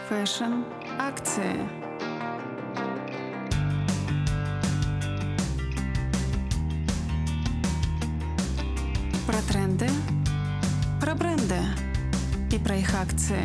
Фэшн акции. Про тренды, про бренды и про их акции.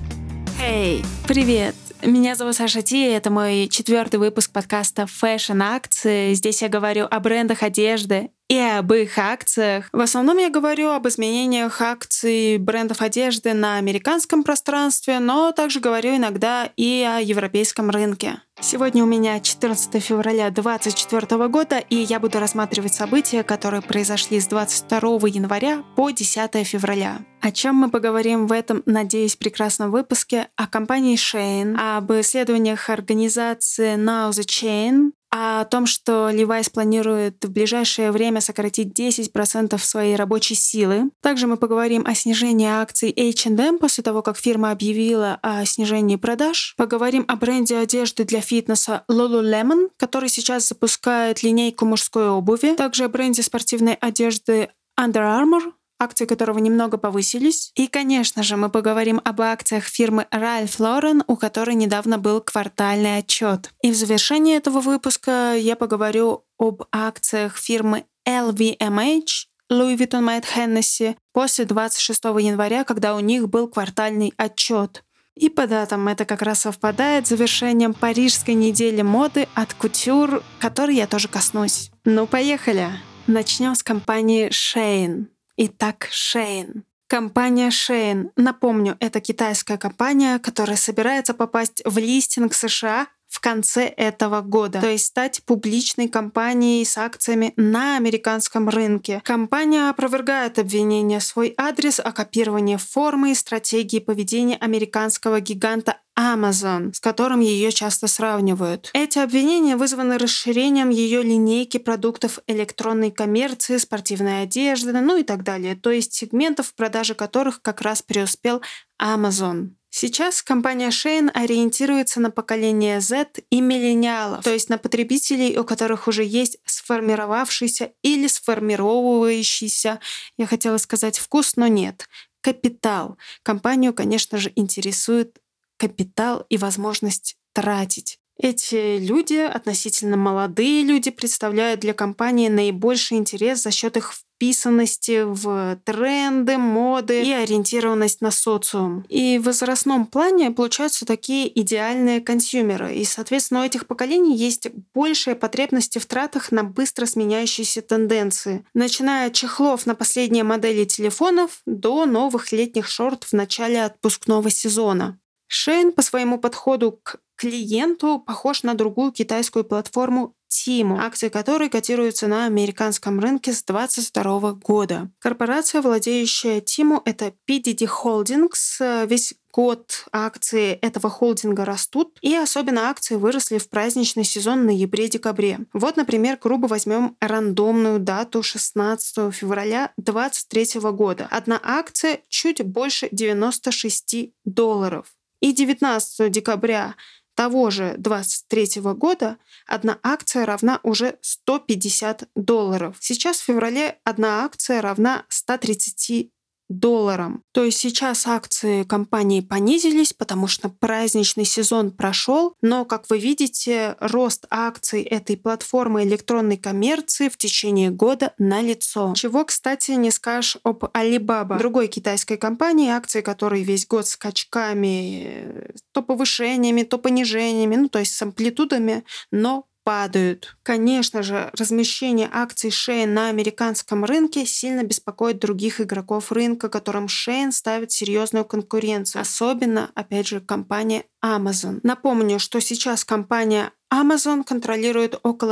Эй, привет! Меня зовут Саша Ти, и это мой 4-й выпуск подкаста «Фэшн акции». Здесь я говорю о брендах одежды и об их акциях. В основном я говорю об изменениях акций брендов одежды на американском пространстве, но также говорю иногда и о европейском рынке. Сегодня у меня 14 февраля 2024 года, и я буду рассматривать события, которые произошли с 22 января по 10 февраля. О чем мы поговорим в этом, надеюсь, прекрасном выпуске? О компании Shein, об исследованиях организации Now the Chain, о том, что Levi's планирует в ближайшее время сократить 10% своей рабочей силы. Также мы поговорим о снижении акций H&M после того, как фирма объявила о снижении продаж. Поговорим о бренде одежды для фитнеса Lululemon, который сейчас запускает линейку мужской обуви. Также о бренде спортивной одежды Under Armour, акции которого немного повысились. И, конечно же, мы поговорим об акциях фирмы Ralph Lauren, у которой недавно был квартальный отчет. И в завершении этого выпуска я поговорю об акциях фирмы LVMH, Louis Vuitton Moet Hennessy, после 26 января, когда у них был квартальный отчет. И по датам это как раз совпадает с завершением Парижской недели моды от Couture, которой я тоже коснусь. Ну, поехали! Начнем с компании Shein. Итак, Shein. Компания Shein, напомню, это китайская компания, которая собирается попасть в листинг США в конце этого года, то есть стать публичной компанией с акциями на американском рынке. Компания опровергает обвинения в свой адрес о копировании формы и стратегии поведения американского гиганта Amazon, с которым ее часто сравнивают. Эти обвинения вызваны расширением ее линейки продуктов электронной коммерции, спортивной одежды, ну и так далее, то есть сегментов, в продаже которых как раз преуспел Amazon. Сейчас компания Shein ориентируется на поколение Z и миллениалов, то есть на потребителей, у которых уже есть сформировавшийся или сформировывающийся, я хотела сказать вкус, но нет, капитал. Компанию, конечно же, интересует капитал и возможность тратить. Эти люди, относительно молодые люди, представляют для компании наибольший интерес за счет их вписанности в тренды, моды и ориентированность на социум. И в возрастном плане получаются такие идеальные консюмеры. И, соответственно, у этих поколений есть большие потребности в тратах на быстро сменяющиеся тенденции. Начиная от чехлов на последние модели телефонов до новых летних шорт в начале отпускного сезона. Shein по своему подходу к клиенту похож на другую китайскую платформу Temu, акции которой котируются на американском рынке с 2022 года. Корпорация, владеющая Temu, это PDD Holdings. Весь год акции этого холдинга растут, и особенно акции выросли в праздничный сезон в ноябре-декабре. Вот, например, грубо возьмем рандомную дату 16 февраля 2023 года. Одна акция чуть больше $96. И 19 декабря того же 2023 года одна акция равна уже $150. Сейчас в феврале одна акция равна $130. То есть сейчас акции компании понизились, потому что праздничный сезон прошел, но, как вы видите, рост акций этой платформы электронной коммерции в течение года налицо. Чего, кстати, не скажешь об Alibaba, другой китайской компании, акции которой весь год скачками, то повышениями, то понижениями, то есть с амплитудами, но падают. Конечно же, размещение акций Shein на американском рынке сильно беспокоит других игроков рынка, которым Shein ставит серьезную конкуренцию. Особенно, опять же, компания Amazon. Напомню, что сейчас компания Amazon контролирует около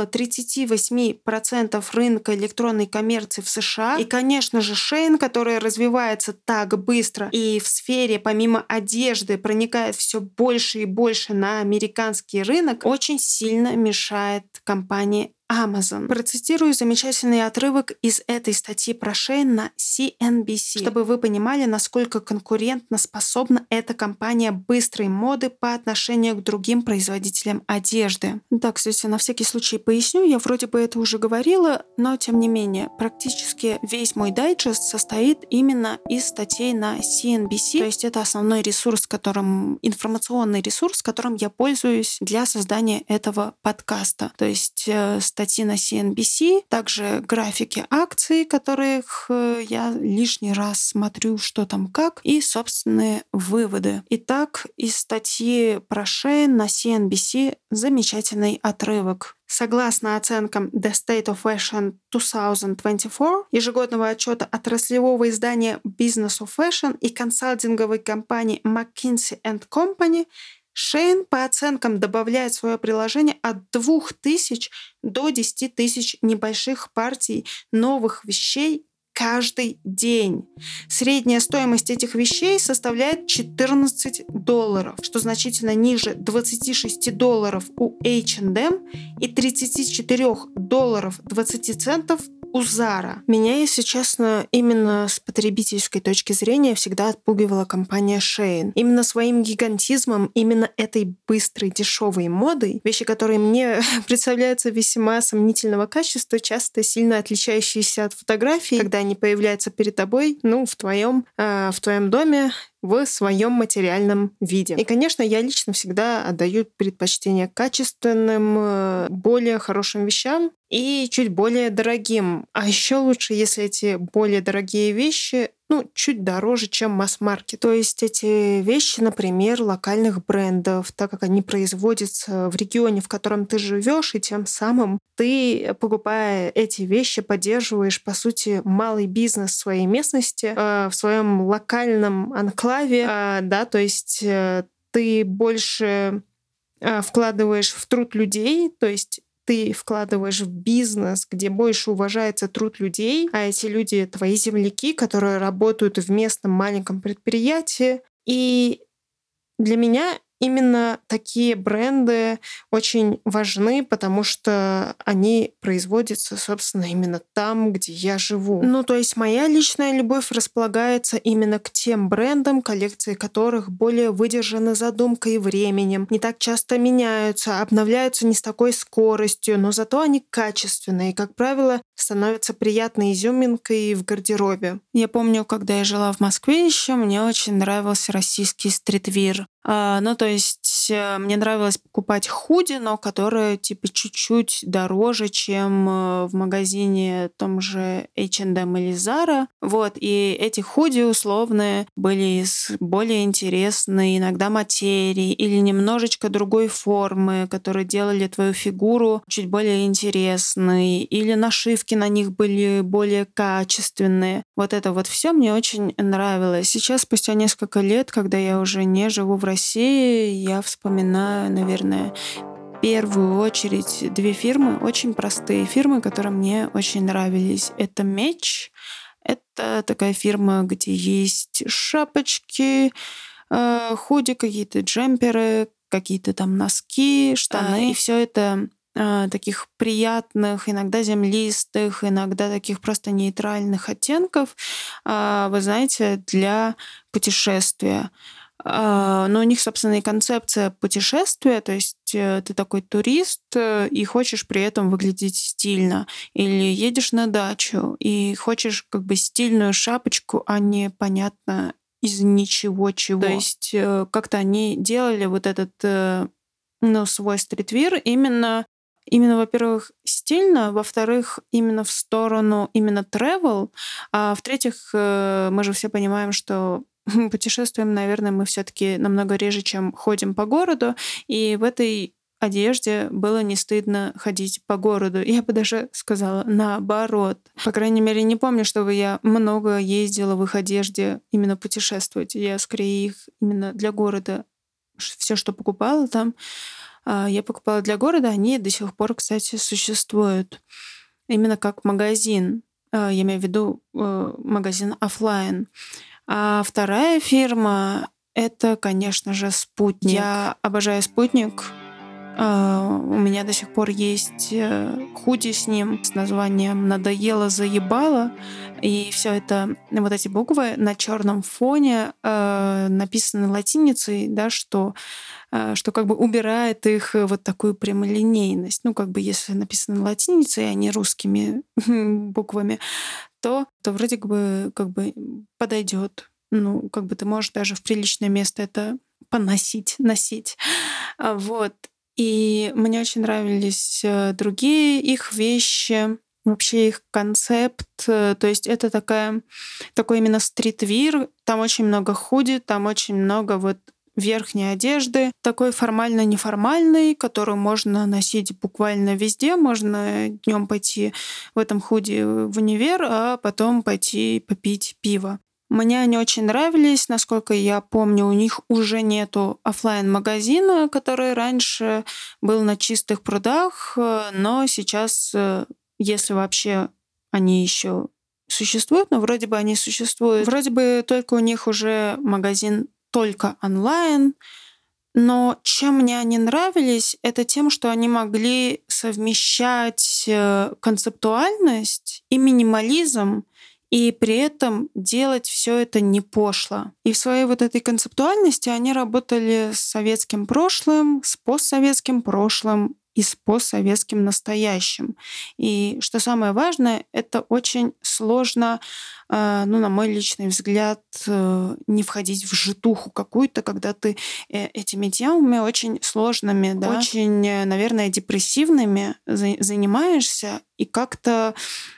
38% рынка электронной коммерции в США. И, конечно же, Shein, которая развивается так быстро и в сфере помимо одежды проникает все больше и больше на американский рынок, очень сильно мешает компании Amazon. Процитирую замечательный отрывок из этой статьи про Shein на CNBC, чтобы вы понимали, насколько конкурентно способна эта компания быстрой моды по отношению к другим производителям одежды. Да, кстати, на всякий случай поясню, я вроде бы это уже говорила, но тем не менее, практически весь мой дайджест состоит именно из статей на CNBC, то есть это основной ресурс, информационный ресурс, которым я пользуюсь для создания этого подкаста. То есть статьи на CNBC, также графики акций, которых я лишний раз смотрю, что там как, и собственные выводы. Итак, из статьи про Shein на CNBC замечательный отрывок. Согласно оценкам The State of Fashion 2024, ежегодного отчета отраслевого издания Business of Fashion и консалтинговой компании McKinsey & Company, Shein по оценкам добавляет в свое приложение от 2000 до 10 тысяч небольших партий новых вещей каждый день. Средняя стоимость этих вещей составляет $14, что значительно ниже $26 у H&M и $34.20 у Zara. Меня, если честно, именно с потребительской точки зрения всегда отпугивала компания Shein. Именно своим гигантизмом, именно этой быстрой, дешевой модой, вещи, которые мне представляются весьма сомнительного качества, часто сильно отличающиеся от фотографий, когда они появляются перед тобой, в твоем доме, в своем материальном виде. И, конечно, я лично всегда отдаю предпочтение качественным, более хорошим вещам и чуть более дорогим. А еще лучше, если эти более дорогие вещи чуть дороже, чем масс-маркет. То есть эти вещи, например, локальных брендов, так как они производятся в регионе, в котором ты живешь, и тем самым ты, покупая эти вещи, поддерживаешь, по сути, малый бизнес в своей местности, в своем локальном анклаве, то есть ты больше вкладываешь в труд людей, то есть ты вкладываешь в бизнес, где больше уважается труд людей, а эти люди — твои земляки, которые работают в местном маленьком предприятии. И для меня именно такие бренды очень важны, потому что они производятся, собственно, именно там, где я живу. То есть моя личная любовь располагается именно к тем брендам, коллекции которых более выдержаны задумкой и временем, не так часто меняются, обновляются не с такой скоростью, но зато они качественные и, как правило, становятся приятной изюминкой в гардеробе. Я помню, когда я жила в Москве еще, мне очень нравился российский стритвир. То есть мне нравилось покупать худи, но которые чуть-чуть дороже, чем в магазине том же H&M или Zara. И эти худи условные были из более интересной иногда материи или немножечко другой формы, которые делали твою фигуру чуть более интересной, или нашивки на них были более качественные. Это все мне очень нравилось. Сейчас, спустя несколько лет, когда я уже не живу в России, я вспоминаю, наверное, в первую очередь две фирмы, очень простые фирмы, которые мне очень нравились. Это Меч. Это такая фирма, где есть шапочки, худи, какие-то джемперы, какие-то там носки, штаны. И все это таких приятных, иногда землистых, иногда таких просто нейтральных оттенков, вы знаете, для путешествия. Но у них, собственно, и концепция путешествия, то есть ты такой турист и хочешь при этом выглядеть стильно. Или едешь на дачу и хочешь стильную шапочку, а не понятно из ничего чего. То есть как-то они делали этот свой стритвир именно, во-первых, стильно, во-вторых, именно в сторону именно travel, а в-третьих, мы же все понимаем, что путешествуем, наверное, мы все-таки намного реже, чем ходим по городу, и в этой одежде было не стыдно ходить по городу. Я бы даже сказала наоборот. По крайней мере, не помню, чтобы я много ездила в их одежде именно путешествовать. Я скорее их именно для города. Все, что покупала там, я покупала для города. Они до сих пор, кстати, существуют. Именно как магазин. Я имею в виду магазин офлайн. А вторая фирма — это, конечно же, Спутник. Я обожаю Спутник. У меня до сих пор есть худи с ним с названием «Надоело, заебало». И все это, вот эти буквы на черном фоне написаны латиницей, да, что как бы убирает их вот такую прямолинейность. Ну, как бы если написано латиницей, а не русскими буквами, то вроде как бы подойдет. Ну, как бы ты можешь даже в приличное место это носить. Вот. И мне очень нравились другие их вещи, вообще их концепт. То есть это такой именно стритвир. Там очень много худи, там очень много вот верхней одежды, такой формально-неформальный, которую можно носить буквально везде. Можно днем пойти в этом худи в универ, а потом пойти попить пиво. Мне они очень нравились. Насколько я помню, у них уже нету оффлайн-магазина, который раньше был на Чистых прудах, но сейчас, если вообще они еще существуют, но вроде бы они существуют, вроде бы только у них уже магазин только онлайн. Но чем мне они нравились, это тем, что они могли совмещать концептуальность и минимализм, и при этом делать все это не пошло. И в своей вот этой концептуальности они работали с советским прошлым, с постсоветским прошлым и с постсоветским настоящим. И что самое важное, это очень сложно, ну, на мой личный взгляд, не входить в житуху какую-то, когда ты этими темами очень сложными, да, очень, наверное, депрессивными занимаешься, и как-то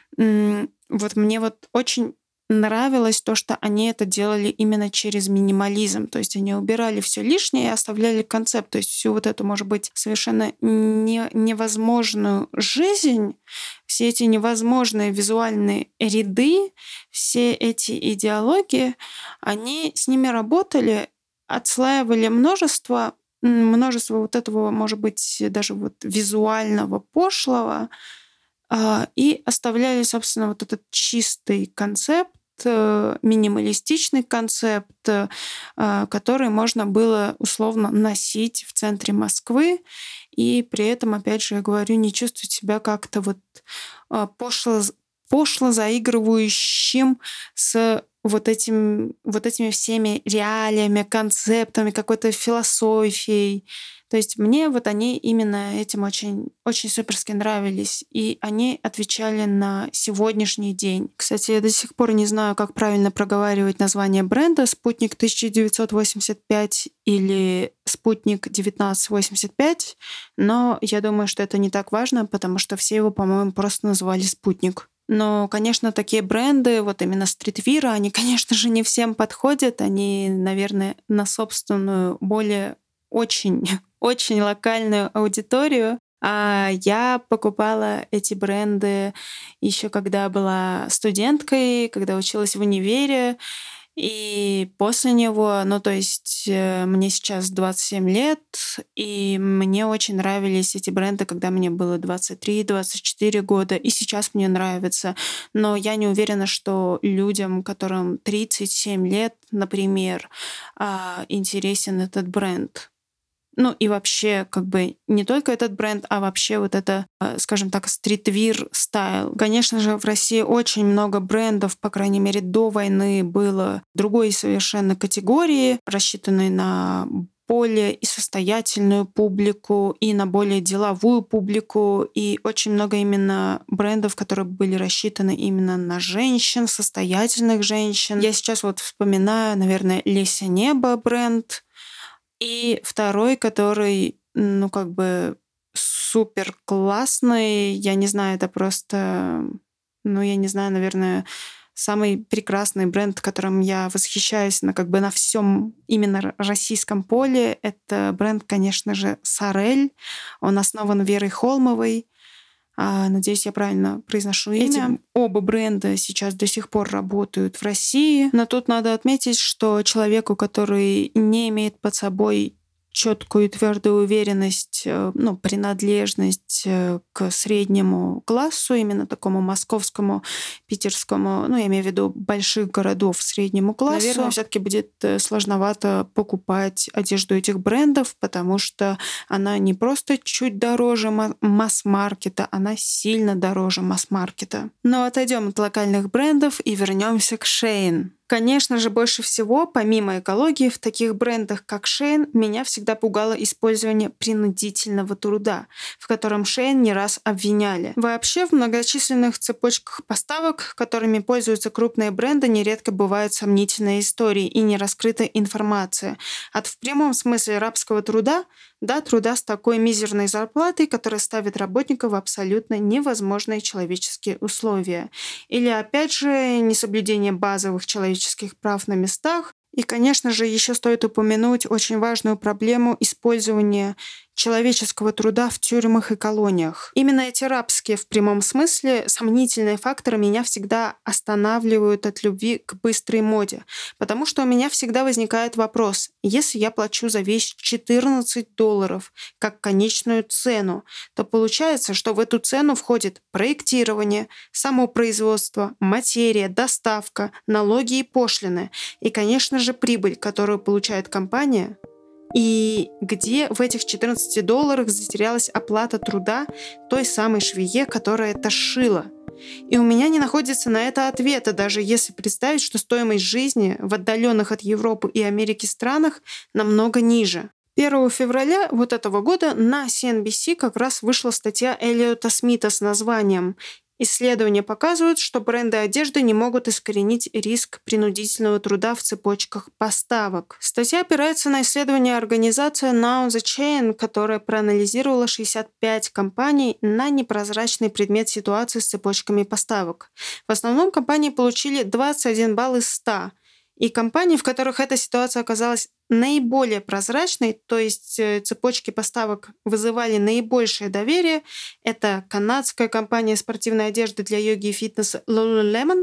вот мне вот очень нравилось то, что они это делали именно через минимализм. То есть они убирали все лишнее и оставляли концепт. То есть всю вот эту, может быть, совершенно невозможную жизнь, все эти невозможные визуальные ряды, все эти идеологии, они с ними работали, отслаивали множество вот этого, может быть, даже вот визуального пошлого, и оставляли, собственно, вот этот чистый концепт, минималистичный концепт, который можно было условно носить в центре Москвы, и при этом, опять же, я говорю, не чувствовать себя как-то вот пошло заигрывающим с вот этими всеми реалиями, концептами, какой-то философией. То есть мне вот они именно этим очень, очень суперски нравились. И они отвечали на сегодняшний день. Кстати, я до сих пор не знаю, как правильно проговаривать название бренда «Спутник 1985» или «Спутник 1985», но я думаю, что это не так важно, потому что все его, по-моему, просто назвали «Спутник». Но, конечно, такие бренды, вот именно стритвира, они, конечно же, не всем подходят. Они, наверное, на собственную, более очень, очень локальную аудиторию. А я покупала эти бренды еще когда была студенткой, когда училась в универе. И после него, ну то есть мне сейчас 27 лет, и мне очень нравились эти бренды, когда мне было 23-24 года, и сейчас мне нравятся. Но я не уверена, что людям, которым 37 лет, например, интересен этот бренд. Ну и вообще, как бы не только этот бренд, а вообще вот это, скажем так, стритвир стайл. Конечно же, в России очень много брендов, по крайней мере, до войны было другой совершенно категории, рассчитанной на более и состоятельную публику, и на более деловую публику, и очень много именно брендов, которые были рассчитаны именно на женщин, состоятельных женщин. Я сейчас вот вспоминаю, наверное, Леся Небо бренд, и второй, который, ну, как бы супер классный, я не знаю, это просто, ну, я не знаю, наверное, самый прекрасный бренд, которым я восхищаюсь как бы на всем именно российском поле, это бренд, конечно же, Сорель. Он основан Верой Холмовой. Надеюсь, я правильно произношу имя. Оба бренда сейчас до сих пор работают в России. Но тут надо отметить, что человеку, который не имеет под собой четкую и твердую уверенность, принадлежность к среднему классу, именно такому московскому, питерскому, я имею в виду больших городов среднему классу, наверное, все-таки будет сложновато покупать одежду этих брендов, потому что она не просто чуть дороже масс-маркета, она сильно дороже масс-маркета. Но отойдем от локальных брендов и вернемся к Shein. Конечно же, больше всего, помимо экологии, в таких брендах, как Shein, меня всегда пугало использование принудительного труда, в котором Shein не раз обвиняли. Вообще, в многочисленных цепочках поставок, которыми пользуются крупные бренды, нередко бывают сомнительные истории и нераскрытая информация. От в прямом смысле рабского труда до труда с такой мизерной зарплатой, которая ставит работника в абсолютно невозможные человеческие условия. Или, опять же, несоблюдение базовых человеческих прав на местах. И, конечно же, еще стоит упомянуть очень важную проблему использования человеческого труда в тюрьмах и колониях. Именно эти рабские, в прямом смысле, сомнительные факторы меня всегда останавливают от любви к быстрой моде. Потому что у меня всегда возникает вопрос: если я плачу за вещь $14 как конечную цену, то получается, что в эту цену входит проектирование, само производство, материя, доставка, налоги и пошлины. И, конечно же, прибыль, которую получает компания. И где в этих $14 затерялась оплата труда той самой швее, которая это шила? И у меня не находится на это ответа, даже если представить, что стоимость жизни в отдаленных от Европы и Америки странах намного ниже. 1 февраля вот этого года на CNBC как раз вышла статья Эллиота Смита с названием «Исследования показывают, что бренды одежды не могут искоренить риск принудительного труда в цепочках поставок». Статья опирается на исследование организации Now the Chain, которая проанализировала 65 компаний на непрозрачный предмет ситуации с цепочками поставок. В основном компании получили 21 балл из 100. И компании, в которых эта ситуация оказалась наиболее прозрачной, то есть цепочки поставок вызывали наибольшее доверие, это канадская компания спортивной одежды для йоги и фитнеса Lululemon,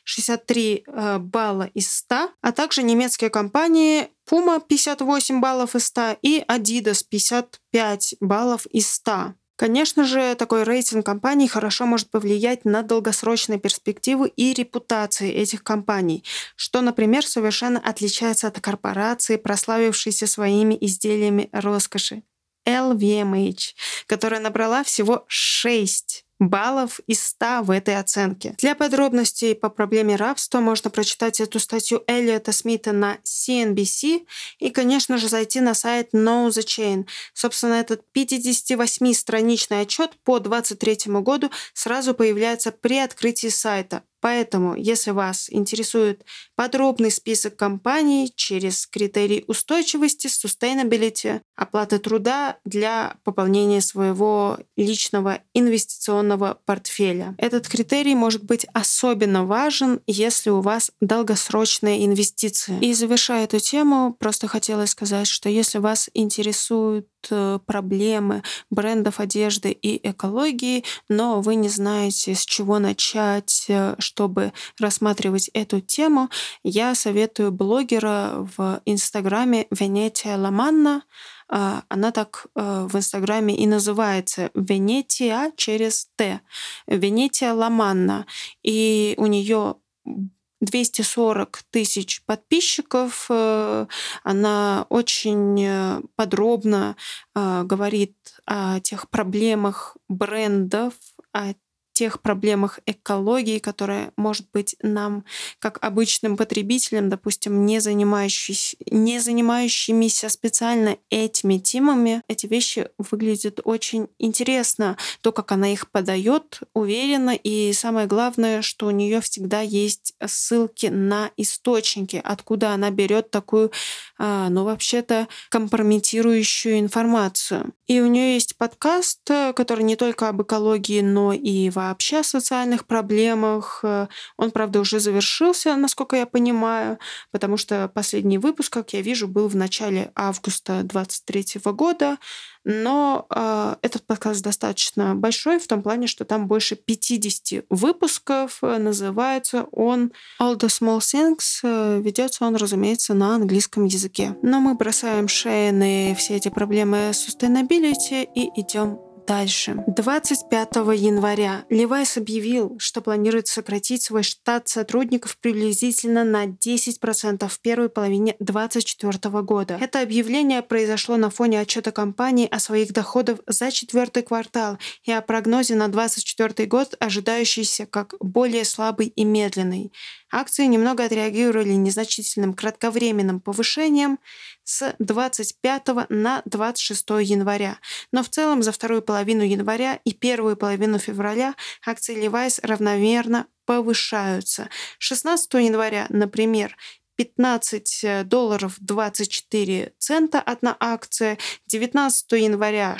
63 балла из 100, а также немецкие компании Puma, 58 баллов из 100 и Adidas, 55 баллов из 100. Конечно же, такой рейтинг компаний хорошо может повлиять на долгосрочные перспективы и репутации этих компаний, что, например, совершенно отличается от корпорации, прославившейся своими изделиями роскоши. LVMH, которая набрала всего 6 баллов из 100 в этой оценке. Для подробностей по проблеме рабства можно прочитать эту статью Эллиота Смита на CNBC и, конечно же, зайти на сайт Know the Chain. Собственно, этот 58-страничный отчет по 2023 году сразу появляется при открытии сайта. Поэтому, если вас интересует подробный список компаний через критерий устойчивости, sustainability, оплаты труда для пополнения своего личного инвестиционного портфеля. Этот критерий может быть особенно важен, если у вас долгосрочные инвестиции. И завершая эту тему, просто хотела сказать, что если вас интересуют проблемы брендов одежды и экологии, но вы не знаете, с чего начать, чтобы рассматривать эту тему, я советую блогера в Инстаграме Венетия Ламанна. Она так в Инстаграме и называется Венетия через Т. Венетия Ламанна. И у нее 240 тысяч подписчиков. Она очень подробно говорит о тех проблемах брендов, о тех проблемах экологии, которые, может быть, нам, как обычным потребителям, допустим, не занимающимися специально этими темами, эти вещи выглядят очень интересно. То, как она их подает, уверенно, и самое главное, что у нее всегда есть ссылки на источники, откуда она берет такую, вообще-то, компрометирующую информацию. И у нее есть подкаст, который не только об экологии, но и вообще вообще о социальных проблемах. Он, правда, уже завершился, насколько я понимаю, потому что последний выпуск, как я вижу, был в начале августа 2023 года. Но этот подкаст достаточно большой в том плане, что там больше 50 выпусков. Называется он All the Small Things. Ведется он, разумеется, на английском языке. Но мы бросаем Шейн и все эти проблемы sustainability и идем дальше. 25 января Levi's объявил, что планирует сократить свой штат сотрудников приблизительно на 10% в первой половине 2024 года. Это объявление произошло на фоне отчета компании о своих доходах за четвертый квартал и о прогнозе на 2024 год, ожидающийся как более слабый и медленный. Акции немного отреагировали незначительным кратковременным повышением с 25 на 26 января. Но в целом за вторую половину января и первую половину февраля акции Levi's равномерно повышаются. 16 января, например, $15.24 одна акция, 19 января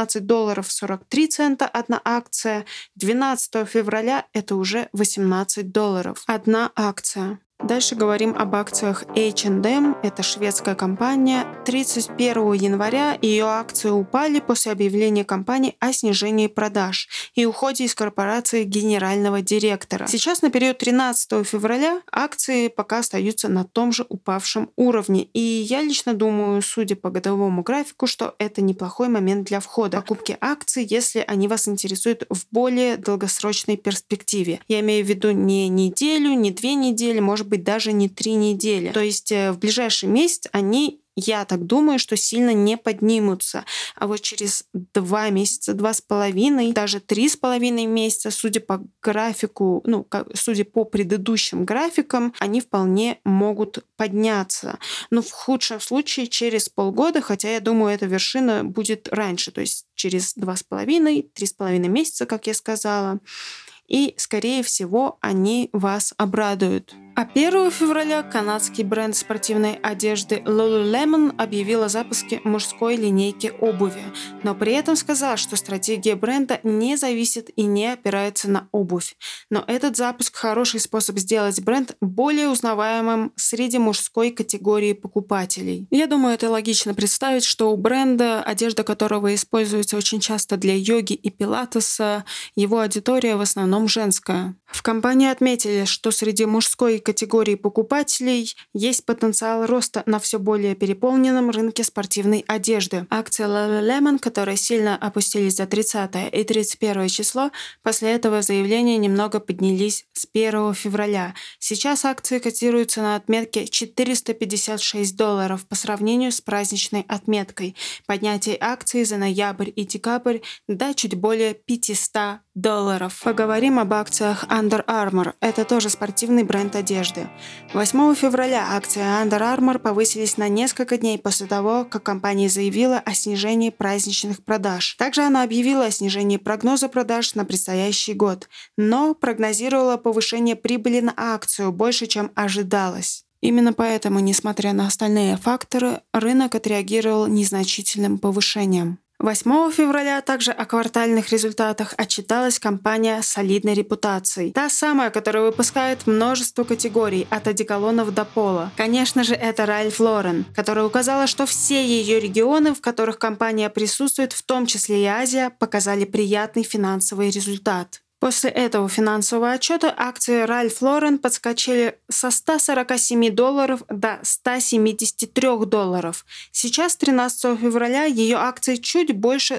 $16.43 одна акция, 12 февраля это уже $18 одна акция. Дальше говорим об акциях H&M, это шведская компания. 31 января ее акции упали после объявления компании о снижении продаж и уходе из корпорации генерального директора. Сейчас на период 13 февраля акции пока остаются на том же упавшем уровне. И я лично думаю, судя по годовому графику, что это неплохой момент для входа. Покупки акций, если они вас интересуют в более долгосрочной перспективе. Я имею в виду не неделю, не 2 недели, может быть, даже не 3 недели. То есть в ближайший месяц они, я так думаю, что сильно не поднимутся. А вот через 2 месяца, 2,5, даже 3,5 месяца, судя по графику, судя по предыдущим графикам, они вполне могут подняться. Но в худшем случае через полгода, хотя я думаю, эта вершина будет раньше, то есть через 2,5-3,5 месяца, как я сказала. И, скорее всего, они вас обрадуют. А 1 февраля канадский бренд спортивной одежды Lululemon объявил о запуске мужской линейки обуви, но при этом сказал, что стратегия бренда не зависит и не опирается на обувь. Но этот запуск – хороший способ сделать бренд более узнаваемым среди мужской категории покупателей. Я думаю, это логично представить, что у бренда, одежда которого используется очень часто для йоги и пилатеса, его аудитория в основном женская. В компании отметили, что среди мужской категории покупателей есть потенциал роста на все более переполненном рынке спортивной одежды. Акции Lululemon, которые сильно опустились за 30 и 31 число, после этого заявления немного поднялись с 1 февраля. Сейчас акции котируются на отметке $456 по сравнению с праздничной отметкой. Поднятие акций за ноябрь и декабрь до чуть более $500. Поговорим об акциях Under Armour. Это тоже спортивный бренд одежды. 8 февраля акции Under Armour повысились на несколько дней после того, как компания заявила о снижении праздничных продаж. Также она объявила о снижении прогноза продаж на предстоящий год, но прогнозировала повышение прибыли на акцию больше, чем ожидалось. Именно поэтому, несмотря на остальные факторы, рынок отреагировал незначительным повышением. 8 февраля также о квартальных результатах отчиталась компания с солидной репутацией. Та самая, которая выпускает множество категорий от одеколонов до пола. Конечно же, это Ralph Lauren, которая указала, что все ее регионы, в которых компания присутствует, в том числе и Азия, показали приятный финансовый результат. После этого финансового отчета акции Ralph Lauren подскочили со $147 до $173. Сейчас, 13 февраля, ее акции чуть больше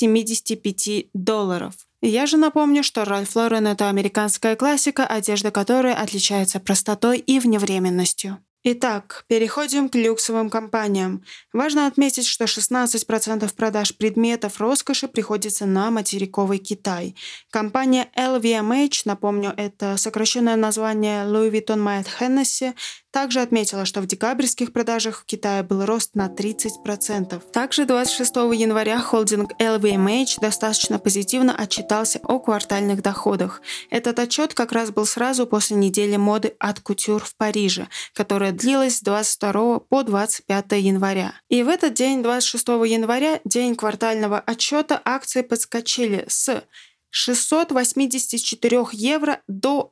$175. Я же напомню, что Ralph Lauren – это американская классика, одежда которой отличается простотой и вневременностью. Итак, переходим к люксовым компаниям. Важно отметить, что 16% продаж предметов роскоши приходится на материковый Китай. Компания LVMH, напомню, это сокращенное название Louis Vuitton Moet Hennessy, также отметила, что в декабрьских продажах в Китае был рост на 30%. Также 26 января холдинг LVMH достаточно позитивно отчитался о квартальных доходах. Этот отчет как раз был сразу после недели моды от Couture в Париже, которая длилась с 22 по 25 января. И в этот день, 26 января, день квартального отчета, акции подскочили с 684 евро до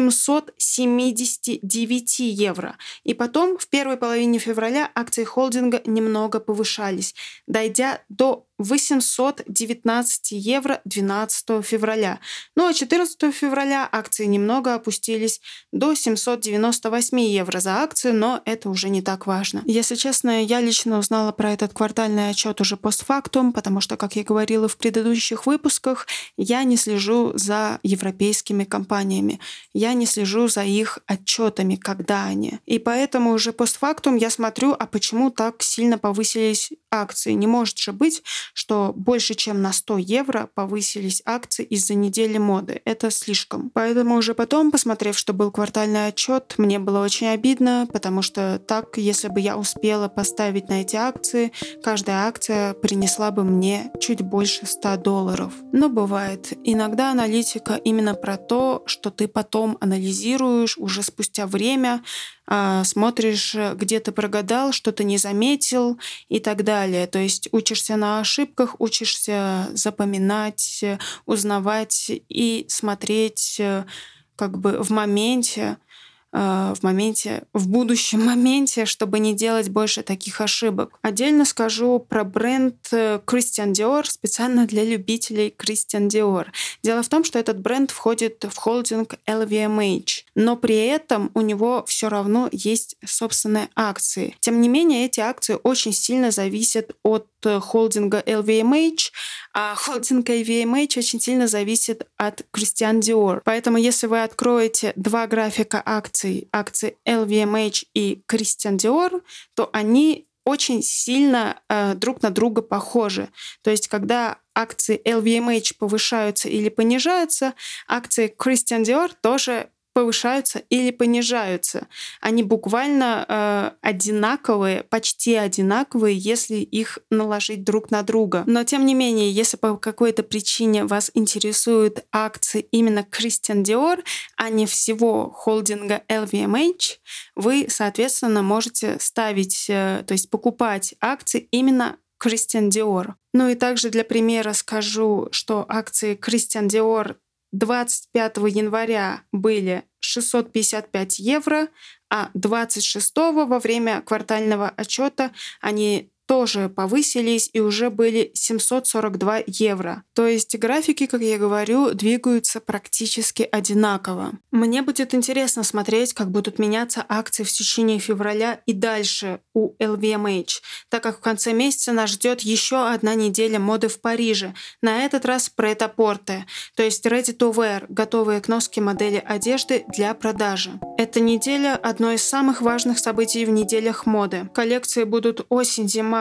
779 евро. И потом в первой половине февраля акции холдинга немного повышались, дойдя до 819 евро 12 февраля. Ну а 14 февраля акции немного опустились до 798 евро за акцию, но это уже не так важно. Если честно, я лично узнала про этот квартальный отчет уже постфактум, потому что, как я говорила в предыдущих выпусках, я не слежу за европейскими компаниями. Я не слежу за их отчетами, когда они. И поэтому уже постфактум я смотрю, а почему так сильно повысились акции. Не может же быть, что больше чем на 100 евро повысились акции из-за недели моды. Это слишком. Поэтому уже потом, посмотрев, что был квартальный отчет, мне было очень обидно, потому что так, если бы я успела поставить на эти акции, каждая акция принесла бы мне чуть больше $100. Но бывает. Иногда аналитика именно про то, что ты потом анализируешь уже спустя время, смотришь, где ты прогадал, что ты не заметил и так далее. То есть учишься на ошибках, учишься запоминать, узнавать и смотреть как бы в будущем моменте, чтобы не делать больше таких ошибок. Отдельно скажу про бренд Christian Dior, специально для любителей Christian Dior. Дело в том, что этот бренд входит в холдинг LVMH, но при этом у него все равно есть собственные акции. Тем не менее, эти акции очень сильно зависят от холдинга LVMH, а холдинг LVMH очень сильно зависит от Christian Dior. Поэтому если вы откроете два графика акций LVMH и Christian Dior, то они очень сильно друг на друга похожи. То есть, когда акции LVMH повышаются или понижаются, акции Christian Dior тоже повышаются или понижаются. Они буквально одинаковые, почти одинаковые, если их наложить друг на друга. Но тем не менее, если по какой-то причине вас интересуют акции именно Christian Dior, а не всего холдинга LVMH, вы, соответственно, можете ставить, то есть покупать акции именно Christian Dior. Ну и также для примера скажу, что акции Christian Dior 25 января были 655 евро, а 26 во время квартального отчета они тоже повысились и уже были 742 евро. То есть графики, как я говорю, двигаются практически одинаково. Мне будет интересно смотреть, как будут меняться акции в течение февраля и дальше у LVMH, так как в конце месяца нас ждет еще одна неделя моды в Париже. На этот раз пret-à-porter, то есть ready to wear, готовые к носке модели одежды для продажи. Эта неделя — одно из самых важных событий в неделях моды. Коллекции будут осень-зима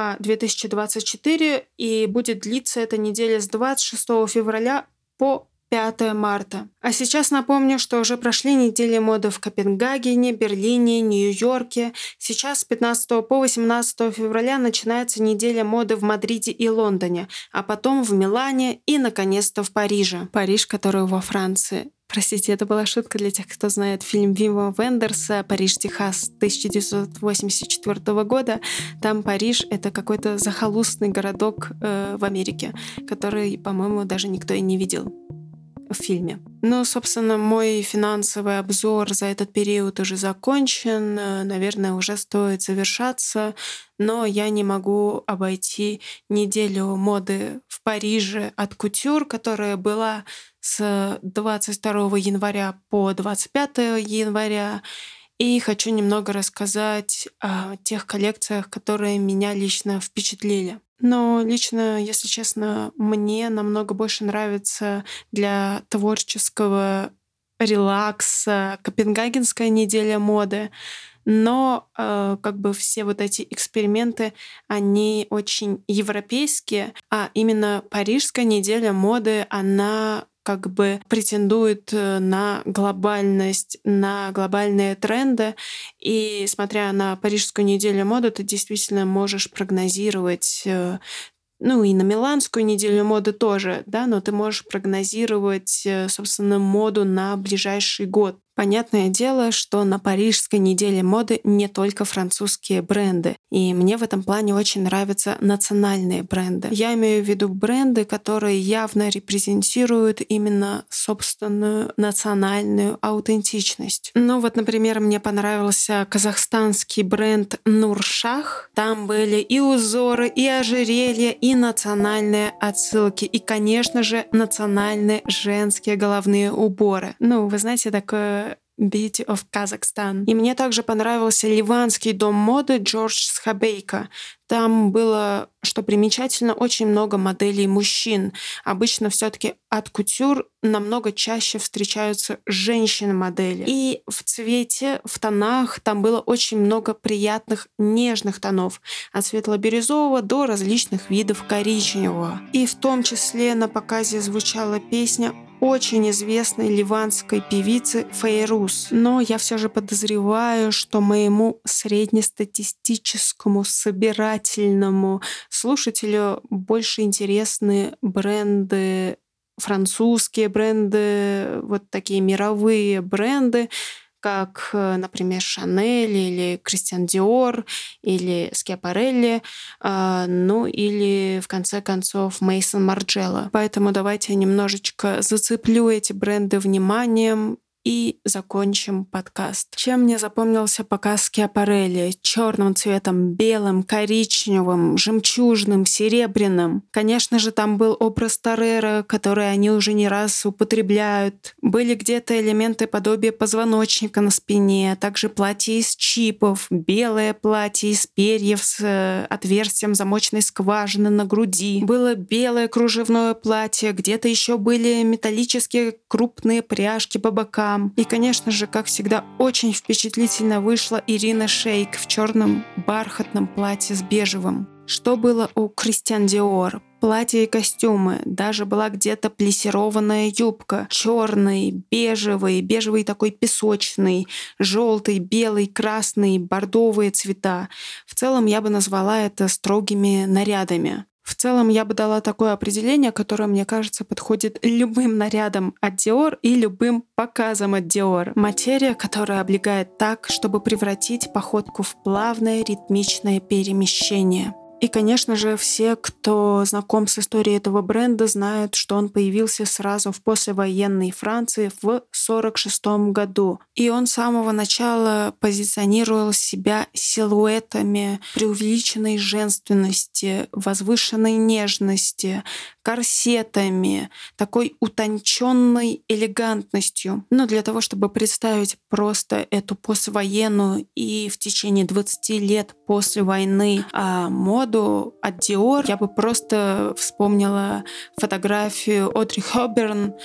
2024, и будет длиться эта неделя с 26 февраля по 5 марта. А сейчас напомню, что уже прошли недели моды в Копенгагене, Берлине, Нью-Йорке. Сейчас с 15 по 18 февраля начинается неделя моды в Мадриде и Лондоне, а потом в Милане и, наконец-то, в Париже. Париж, который во Франции. Простите, это была шутка для тех, кто знает фильм Вима Вендерса «Париж, Техас» 1984 года. Там Париж — это какой-то захолустный городок в Америке, который, по-моему, даже никто и не видел в фильме. Ну, собственно, мой финансовый обзор за этот период уже закончен, наверное, уже стоит завершаться, но я не могу обойти неделю моды в Париже от Couture, которая была с 22 января по 25 января. И хочу немного рассказать о тех коллекциях, которые меня лично впечатлили. Но лично, если честно, мне намного больше нравится для творческого релакса Копенгагенская неделя моды. Но как бы все вот эти эксперименты, они очень европейские, а именно Парижская неделя моды, она как бы претендует на глобальность, на глобальные тренды. И смотря на Парижскую неделю моды, ты действительно можешь прогнозировать, ну и на Миланскую неделю моды тоже, да, но ты можешь прогнозировать, собственно, моду на ближайший год. Понятное дело, что на Парижской неделе моды не только французские бренды, и мне в этом плане очень нравятся национальные бренды. Я имею в виду бренды, которые явно репрезентируют именно собственную национальную аутентичность. Ну вот, например, мне понравился казахстанский бренд Нуршах. Там были и узоры, и ожерелья, и национальные отсылки, и, конечно же, национальные женские головные уборы. Ну, вы знаете, такое Beauty of Kazakhstan. И мне также понравился ливанский дом моды Джордж Схабейка. Там было, что примечательно, очень много моделей мужчин. Обычно все-таки от кутюр намного чаще встречаются женщины-модели. И в цвете, в тонах там было очень много приятных нежных тонов. От светло-бирюзового до различных видов коричневого. И в том числе на показе звучала песня очень известной ливанской певицы Фейрус. Но я все же подозреваю, что моему среднестатистическому собирательному слушателю больше интересны бренды, французские бренды, вот такие мировые бренды, как, например, Шанель или Кристиан Диор или Скиапарелли, ну или, в конце концов, Мейсон Марджелло. Поэтому давайте я немножечко зацеплю эти бренды вниманием и закончим подкаст. Чем мне запомнился показ Скиапарелли? Черным цветом, белым, коричневым, жемчужным, серебряным. Конечно же, там был образ Тореро, который они уже не раз употребляют. Были где-то элементы подобия позвоночника на спине, а также платье из чипов, белое платье из перьев с отверстием замочной скважины на груди. Было белое кружевное платье, где-то еще были металлические крупные пряжки по бокам. И, конечно же, как всегда, очень впечатлительно вышла Ирина Шейк в черном бархатном платье с бежевым. Что было у Кристиан Диор? Платья и костюмы, даже была где-то плессированная юбка, черный, бежевый такой песочный, желтый, белый, красный, бордовые цвета. В целом я бы назвала это строгими нарядами. В целом я бы дала такое определение, которое, мне кажется, подходит любым нарядам от Dior и любым показам от Dior. Материя, которая облегает так, чтобы превратить походку в плавное ритмичное перемещение. И, конечно же, все, кто знаком с историей этого бренда, знают, что он появился сразу в послевоенной Франции в 1946 году. И он с самого начала позиционировал себя силуэтами преувеличенной женственности, возвышенной нежности, корсетами, такой утонченной элегантностью. Но для того, чтобы представить просто эту послевоенную и в течение 20 лет после войны моду от Dior, я бы просто вспомнила фотографию Одри Хёбберн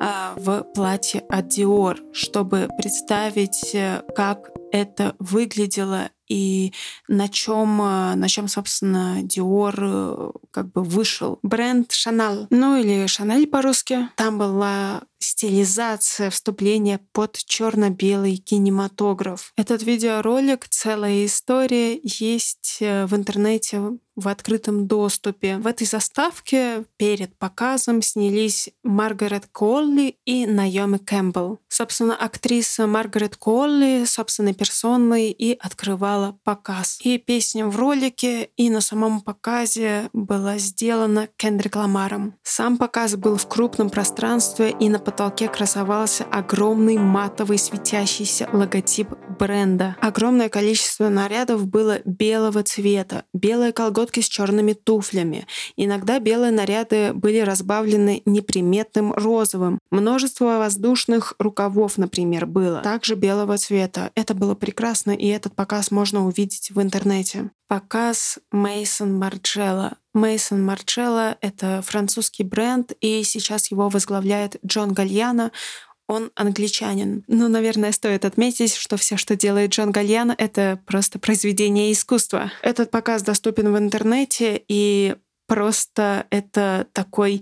в платье от Dior, чтобы представить, как это выглядело и на чем, собственно, Dior как бы вышел. Бренд Chanel, ну или Chanel по-русски. Там была стилизация вступления под черно-белый кинематограф. Этот видеоролик, целая история, есть в интернете в открытом доступе. В этой заставке перед показом снялись Маргарет Колли и Наоми Кэмпбелл. Собственно, актриса Маргарет Колли собственной персоной и открывала показ. И песня в ролике, и на самом показе была сделана Кендрик Ламаром. Сам показ был в крупном пространстве, и на потолке красовался огромный матовый светящийся логотип бренда. Огромное количество нарядов было белого цвета, белые колготки с черными туфлями. Иногда белые наряды были разбавлены неприметным розовым. Множество воздушных рукавов, например, было также белого цвета. Это было прекрасно, и этот показ можно увидеть в интернете. Показ Мейсон Марджелло. Мейсон Марджелло — это французский бренд, и сейчас его возглавляет Джон Гальяно. Он англичанин. Ну, наверное, стоит отметить, что все, что делает Джон Гальяно, это просто произведение искусства. Этот показ доступен в интернете, и просто это такой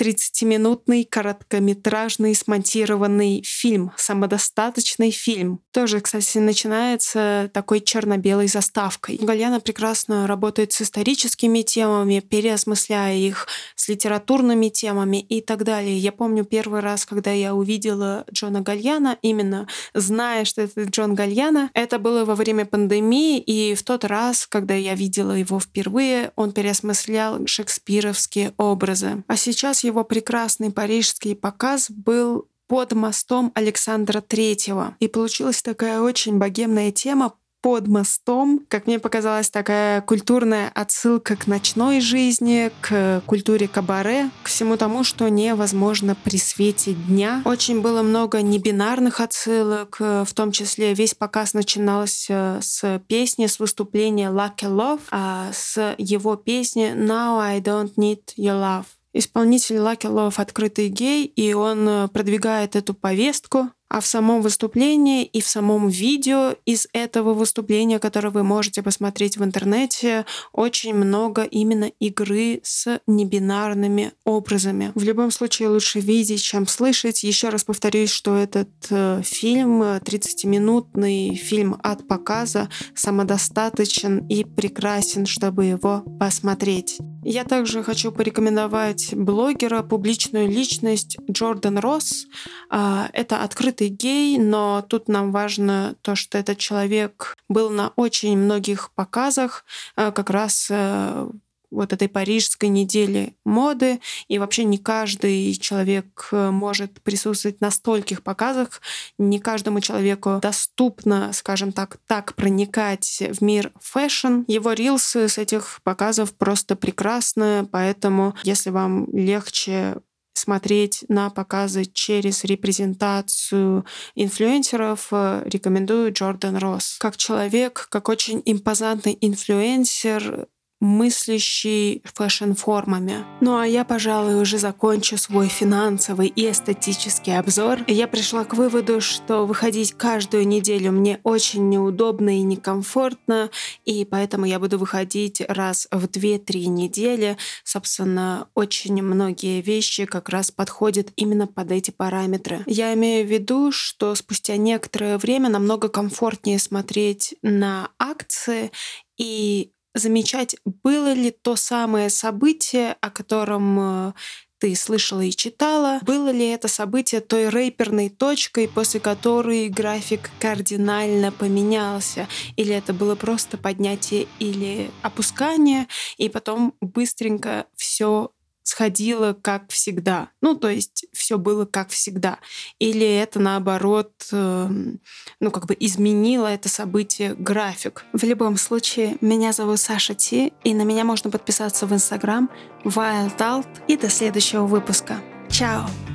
30-минутный короткометражный смонтированный фильм, самодостаточный фильм. Тоже, кстати, начинается такой черно-белой заставкой. Гальяно прекрасно работает с историческими темами, переосмысляя их, с литературными темами и так далее. Я помню первый раз, когда я увидела Джона Гальяно, именно зная, что это Джон Гальяно, это было во время пандемии, и в тот раз, когда я видела его впервые, он переосмыслял шекспировские образы. А сейчас его прекрасный парижский показ был под мостом Александра Третьего. И получилась такая очень богемная тема под мостом. Как мне показалась, такая культурная отсылка к ночной жизни, к культуре кабаре, к всему тому, что невозможно при свете дня. Очень было много небинарных отсылок, в том числе весь показ начинался с песни, с выступления Lucky Love, с его песни Now I Don't Need Your Love. Исполнитель Lucky Love — открытый гей, и он продвигает эту повестку. А в самом выступлении и в самом видео из этого выступления, которое вы можете посмотреть в интернете, очень много именно игры с небинарными образами. В любом случае лучше видеть, чем слышать. Еще раз повторюсь, что этот фильм, 30-минутный фильм от показа, самодостаточен и прекрасен, чтобы его посмотреть. Я также хочу порекомендовать блогера, публичную личность Джордан Росс. Это открытый гей, но тут нам важно то, что этот человек был на очень многих показах, как раз вот этой парижской недели моды, и вообще не каждый человек может присутствовать на стольких показах, не каждому человеку доступно, скажем так проникать в мир фэшн. Его рилсы с этих показов просто прекрасны, поэтому если вам легче смотреть на показы через репрезентацию инфлюенсеров, рекомендую Джордан Росс. Как человек, как очень импозантный инфлюенсер, мыслящий фэшн-формами. Ну а я, пожалуй, уже закончу свой финансовый и эстетический обзор. Я пришла к выводу, что выходить каждую неделю мне очень неудобно и некомфортно, и поэтому я буду выходить раз в 2-3 недели. Собственно, очень многие вещи как раз подходят именно под эти параметры. Я имею в виду, что спустя некоторое время намного комфортнее смотреть на акции и замечать, было ли то самое событие, о котором ты слышала и читала, было ли это событие той рэперной точкой, после которой график кардинально поменялся, или это было просто поднятие или опускание, и потом быстренько все сходило как всегда. Ну, то есть все было как всегда. Или это, наоборот, изменило это событие график. В любом случае, меня зовут Саша Ти, и на меня можно подписаться в Instagram WildAlt. И до следующего выпуска. Чао!